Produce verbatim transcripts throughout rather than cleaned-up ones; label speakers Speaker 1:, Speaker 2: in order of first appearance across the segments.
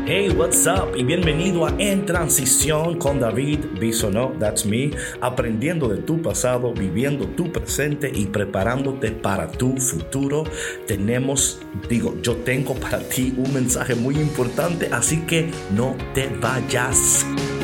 Speaker 1: Hey, what's up? Y bienvenido a En Transición con David Bisonó, that's me, aprendiendo de tu pasado, viviendo tu presente y preparándote para tu futuro. Tenemos, digo, yo tengo para ti un mensaje muy importante, así que no te vayas.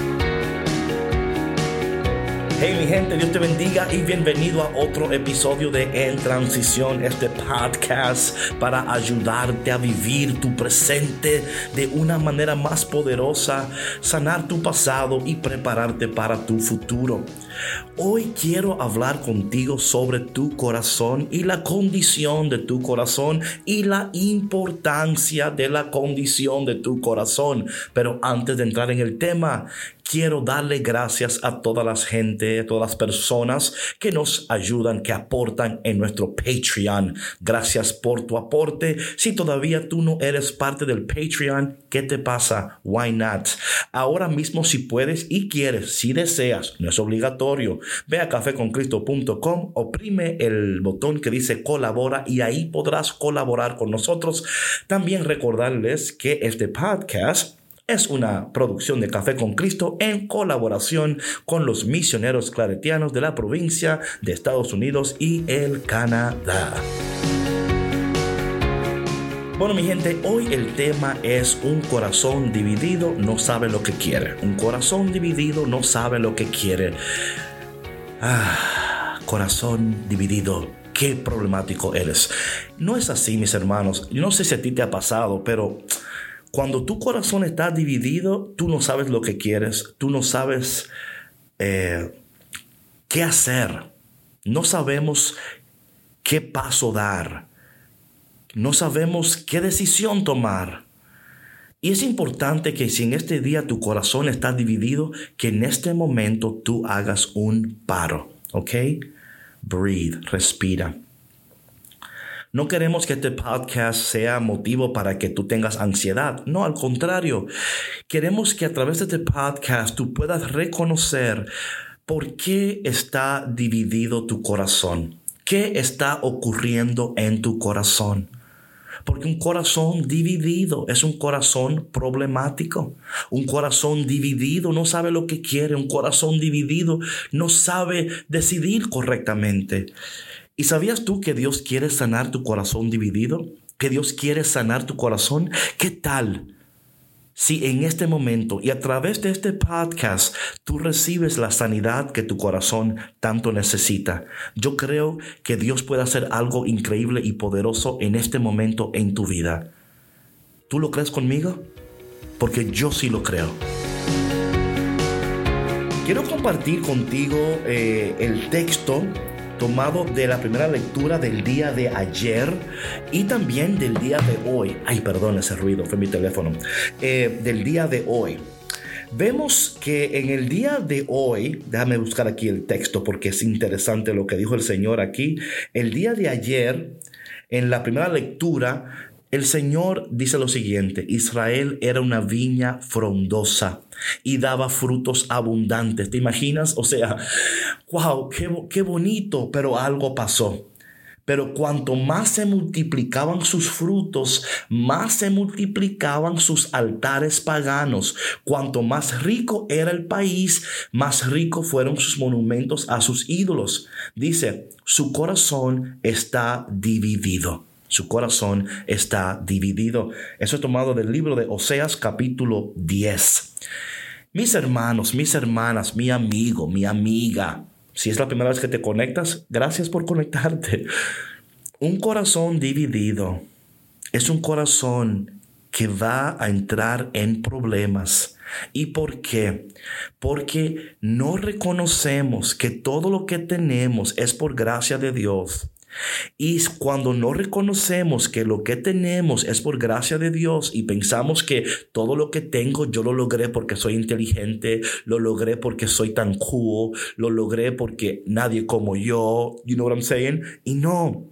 Speaker 1: Hey mi gente, Dios te bendiga y bienvenido a otro episodio de En Transición, este podcast para ayudarte a vivir tu presente de una manera más poderosa, sanar tu pasado y prepararte para tu futuro. Hoy quiero hablar contigo sobre tu corazón y la condición de tu corazón y la importancia de la condición de tu corazón. Pero antes de entrar en el tema, quiero darle gracias a toda la gente, a todas las personas que nos ayudan, que aportan en nuestro Patreon. Gracias por tu aporte. Si todavía tú no eres parte del Patreon, ¿qué te pasa? Why not? Ahora mismo, si puedes y quieres, si deseas, no es obligatorio, ve a café con cristo punto com, oprime el botón que dice colabora y ahí podrás colaborar con nosotros. También recordarles que este podcast es una producción de Café con Cristo en colaboración con los misioneros claretianos de la provincia de Estados Unidos y el Canadá. Bueno, mi gente, hoy el tema es un corazón dividido no sabe lo que quiere. Un corazón dividido no sabe lo que quiere. Ah, corazón dividido. Qué problemático eres. No es así, mis hermanos. Yo no sé si a ti te ha pasado, pero cuando tu corazón está dividido, tú no sabes lo que quieres. Tú no sabes eh, qué hacer. No sabemos qué paso dar. No sabemos qué decisión tomar. Y es importante que si en este día tu corazón está dividido, que en este momento tú hagas un paro. ¿Ok? Breathe, respira. No queremos que este podcast sea motivo para que tú tengas ansiedad. No, al contrario. Queremos que a través de este podcast tú puedas reconocer por qué está dividido tu corazón. ¿Qué está ocurriendo en tu corazón? Porque un corazón dividido es un corazón problemático. Un corazón dividido no sabe lo que quiere. Un corazón dividido no sabe decidir correctamente. ¿Y sabías tú que Dios quiere sanar tu corazón dividido? ¿Que Dios quiere sanar tu corazón? ¿Qué tal si en este momento y a través de este podcast tú recibes la sanidad que tu corazón tanto necesita? Yo creo que Dios puede hacer algo increíble y poderoso en este momento en tu vida. ¿Tú lo crees conmigo? Porque yo sí lo creo. Quiero compartir contigo eh, el texto tomado de la primera lectura del día de ayer y también del día de hoy. Ay, perdón, ese ruido fue mi teléfono. Eh, del día de hoy. Vemos que en el día de hoy, déjame buscar aquí el texto porque es interesante lo que dijo el Señor aquí. El día de ayer, en la primera lectura, el Señor dice lo siguiente: Israel era una viña frondosa y daba frutos abundantes. ¿Te imaginas? O sea, wow, qué, qué bonito, pero algo pasó. Pero cuanto más se multiplicaban sus frutos, más se multiplicaban sus altares paganos. Cuanto más rico era el país, más ricos fueron sus monumentos a sus ídolos. Dice, su corazón está dividido. Su corazón está dividido. Eso es tomado del libro de Oseas capítulo diez. Mis hermanos, mis hermanas, mi amigo, mi amiga, si es la primera vez que te conectas, gracias por conectarte. Un corazón dividido es un corazón que va a entrar en problemas. ¿Y por qué? Porque no reconocemos que todo lo que tenemos es por gracia de Dios. Y cuando no reconocemos que lo que tenemos es por gracia de Dios y pensamos que todo lo que tengo yo lo logré porque soy inteligente, lo logré porque soy tan cool, lo logré porque nadie como yo, you know what I'm saying? Y no,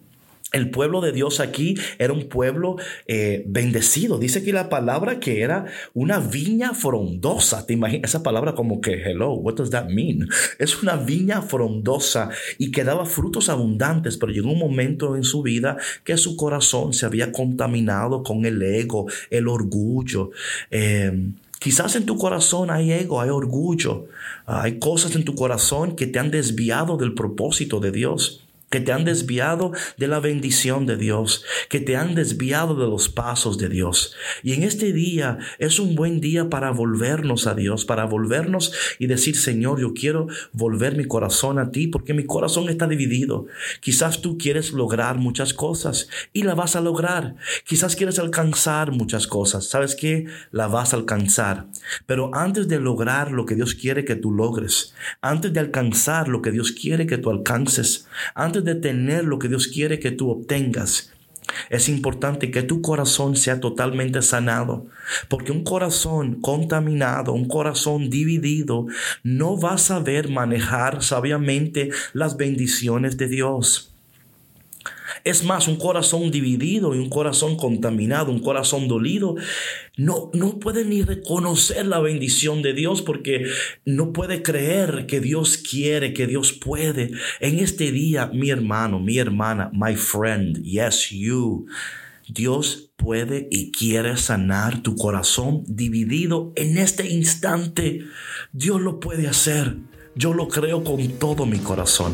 Speaker 1: El pueblo de Dios aquí era un pueblo eh, bendecido. Dice aquí la palabra que era una viña frondosa. ¿Te imaginas? Esa palabra como que, hello, what does that mean? Es una viña frondosa y que daba frutos abundantes, pero llegó un momento en su vida que su corazón se había contaminado con el ego, el orgullo. Eh, Quizás en tu corazón hay ego, hay orgullo. Hay cosas en tu corazón que te han desviado del propósito de Dios, que te han desviado de la bendición de Dios, que te han desviado de los pasos de Dios. Y en este día es un buen día para volvernos a Dios, para volvernos y decir, Señor, yo quiero volver mi corazón a ti porque mi corazón está dividido. Quizás tú quieres lograr muchas cosas y la vas a lograr. Quizás quieres alcanzar muchas cosas. ¿Sabes qué? La vas a alcanzar. Pero antes de lograr lo que Dios quiere que tú logres, antes de alcanzar lo que Dios quiere que tú alcances, antes de tener lo que Dios quiere que tú obtengas, es importante que tu corazón sea totalmente sanado, porque un corazón contaminado, un corazón dividido, no va a saber manejar sabiamente las bendiciones de Dios. Es más, un corazón dividido y un corazón contaminado, un corazón dolido, no, no puede ni reconocer la bendición de Dios porque no puede creer que Dios quiere, que Dios puede. En este día, mi hermano, mi hermana, my friend, yes, you, Dios puede y quiere sanar tu corazón dividido en este instante. Dios lo puede hacer. Yo lo creo con todo mi corazón.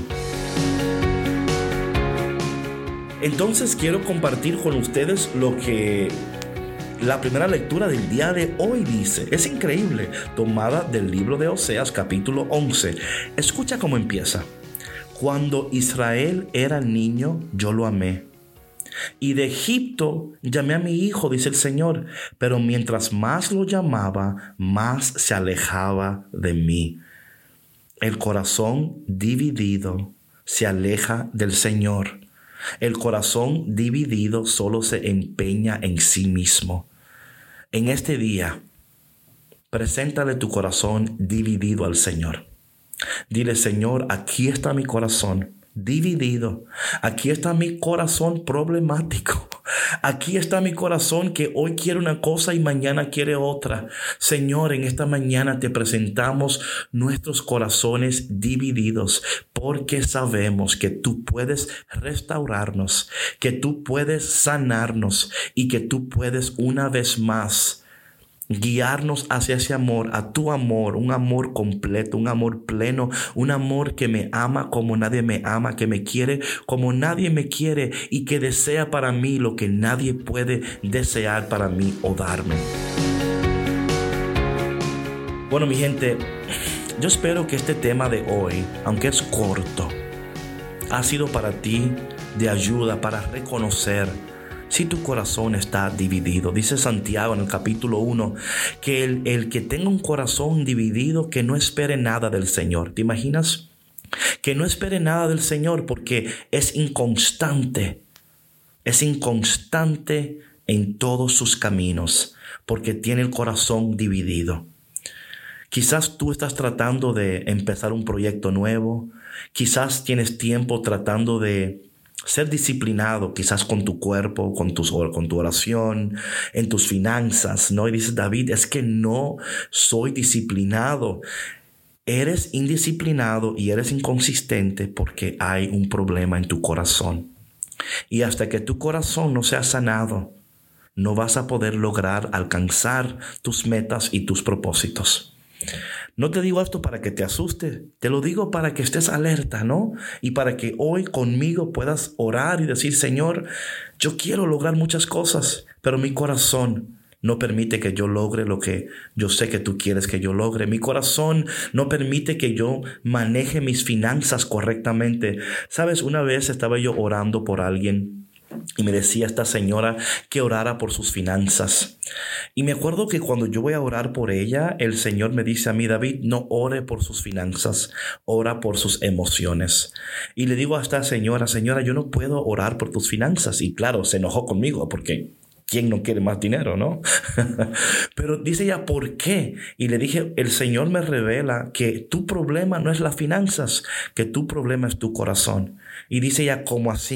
Speaker 1: Entonces quiero compartir con ustedes lo que la primera lectura del día de hoy dice. Es increíble, tomada del libro de Oseas capítulo once. Escucha cómo empieza. Cuando Israel era niño, yo lo amé. Y de Egipto llamé a mi hijo, dice el Señor. Pero mientras más lo llamaba, más se alejaba de mí. El corazón dividido se aleja del Señor. El corazón dividido solo se empeña en sí mismo. En este día, preséntale tu corazón dividido al Señor. Dile, Señor, aquí está mi corazón dividido. Aquí está mi corazón problemático. Aquí está mi corazón que hoy quiere una cosa y mañana quiere otra. Señor, en esta mañana te presentamos nuestros corazones divididos porque sabemos que tú puedes restaurarnos, que tú puedes sanarnos y que tú puedes una vez más guiarnos hacia ese amor, a tu amor, un amor completo, un amor pleno, un amor que me ama como nadie me ama, que me quiere como nadie me quiere y que desea para mí lo que nadie puede desear para mí o darme. Bueno, mi gente, yo espero que este tema de hoy, aunque es corto, ha sido para ti de ayuda para reconocer si tu corazón está dividido. Dice Santiago en el capítulo uno que el, el que tenga un corazón dividido, que no espere nada del Señor. ¿Te imaginas? Que no espere nada del Señor porque es inconstante. Es inconstante en todos sus caminos porque tiene el corazón dividido. Quizás tú estás tratando de empezar un proyecto nuevo. Quizás tienes tiempo tratando de ser disciplinado, quizás con tu cuerpo, con, tus, con tu oración, en tus finanzas, ¿no? Y dices, David, es que no soy disciplinado. Eres indisciplinado y eres inconsistente porque hay un problema en tu corazón. Y hasta que tu corazón no sea sanado, no vas a poder lograr alcanzar tus metas y tus propósitos. No te digo esto para que te asuste, te lo digo para que estés alerta, ¿no? Y para que hoy conmigo puedas orar y decir, Señor, yo quiero lograr muchas cosas, pero mi corazón no permite que yo logre lo que yo sé que tú quieres que yo logre. Mi corazón no permite que yo maneje mis finanzas correctamente. ¿Sabes? Una vez estaba yo orando por alguien y me decía esta señora que orara por sus finanzas. Y me acuerdo que cuando yo voy a orar por ella, el Señor me dice a mí, David, no ore por sus finanzas, ora por sus emociones. Y le digo a esta señora, señora, yo no puedo orar por tus finanzas. Y claro, se enojó conmigo porque ¿quién no quiere más dinero, no? Pero dice ella, ¿por qué? Y le dije, el Señor me revela que tu problema no es las finanzas, que tu problema es tu corazón. Y dice ella, ¿cómo así?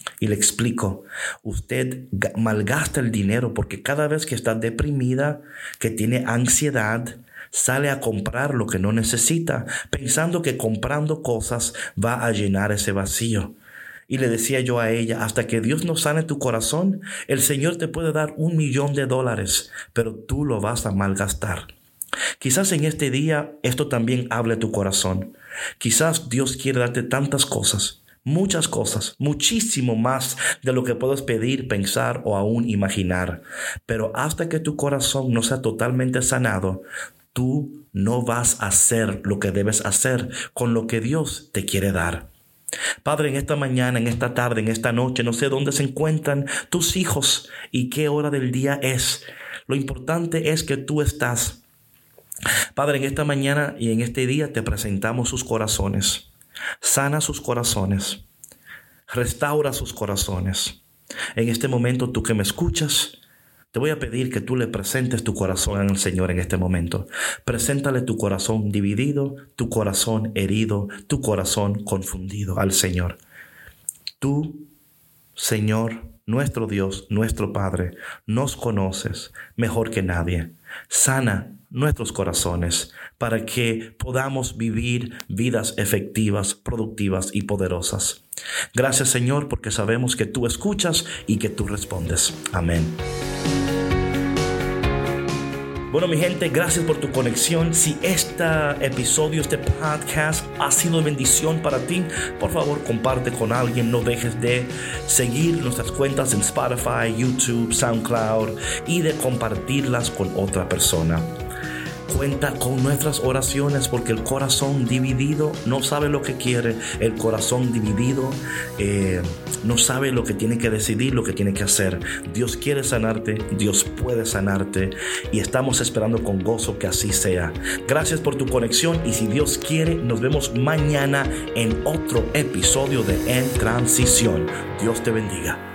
Speaker 1: Y le explico, usted malgasta el dinero porque cada vez que está deprimida, que tiene ansiedad, sale a comprar lo que no necesita, pensando que comprando cosas va a llenar ese vacío. Y le decía yo a ella, hasta que Dios no sane tu corazón, el Señor te puede dar un millón de dólares, pero tú lo vas a malgastar. Quizás en este día esto también hable tu corazón. Quizás Dios quiere darte tantas cosas, muchas cosas, muchísimo más de lo que puedes pedir, pensar o aún imaginar. Pero hasta que tu corazón no sea totalmente sanado, tú no vas a hacer lo que debes hacer con lo que Dios te quiere dar. Padre, en esta mañana, en esta tarde, en esta noche, no sé dónde se encuentran tus hijos y qué hora del día es. Lo importante es que tú estás. Padre, en esta mañana y en este día te presentamos sus corazones. Sana sus corazones. Restaura sus corazones. En este momento, tú que me escuchas, te voy a pedir que tú le presentes tu corazón al Señor en este momento. Preséntale tu corazón dividido, tu corazón herido, tu corazón confundido al Señor. Tú, Señor, nuestro Dios, nuestro Padre, nos conoces mejor que nadie. Sana nuestros corazones para que podamos vivir vidas efectivas, productivas y poderosas. Gracias, Señor, porque sabemos que tú escuchas y que tú respondes. Amén. Bueno, mi gente, gracias por tu conexión. Si este episodio, este podcast ha sido bendición para ti, por favor, comparte con alguien. No dejes de seguir nuestras cuentas en Spotify, YouTube, SoundCloud y de compartirlas con otra persona. Cuenta con nuestras oraciones porque el corazón dividido no sabe lo que quiere. El corazón dividido eh, no sabe lo que tiene que decidir, lo que tiene que hacer. Dios quiere sanarte, Dios puede sanarte y estamos esperando con gozo que así sea. Gracias por tu conexión y si Dios quiere, nos vemos mañana en otro episodio de En Transición. Dios te bendiga.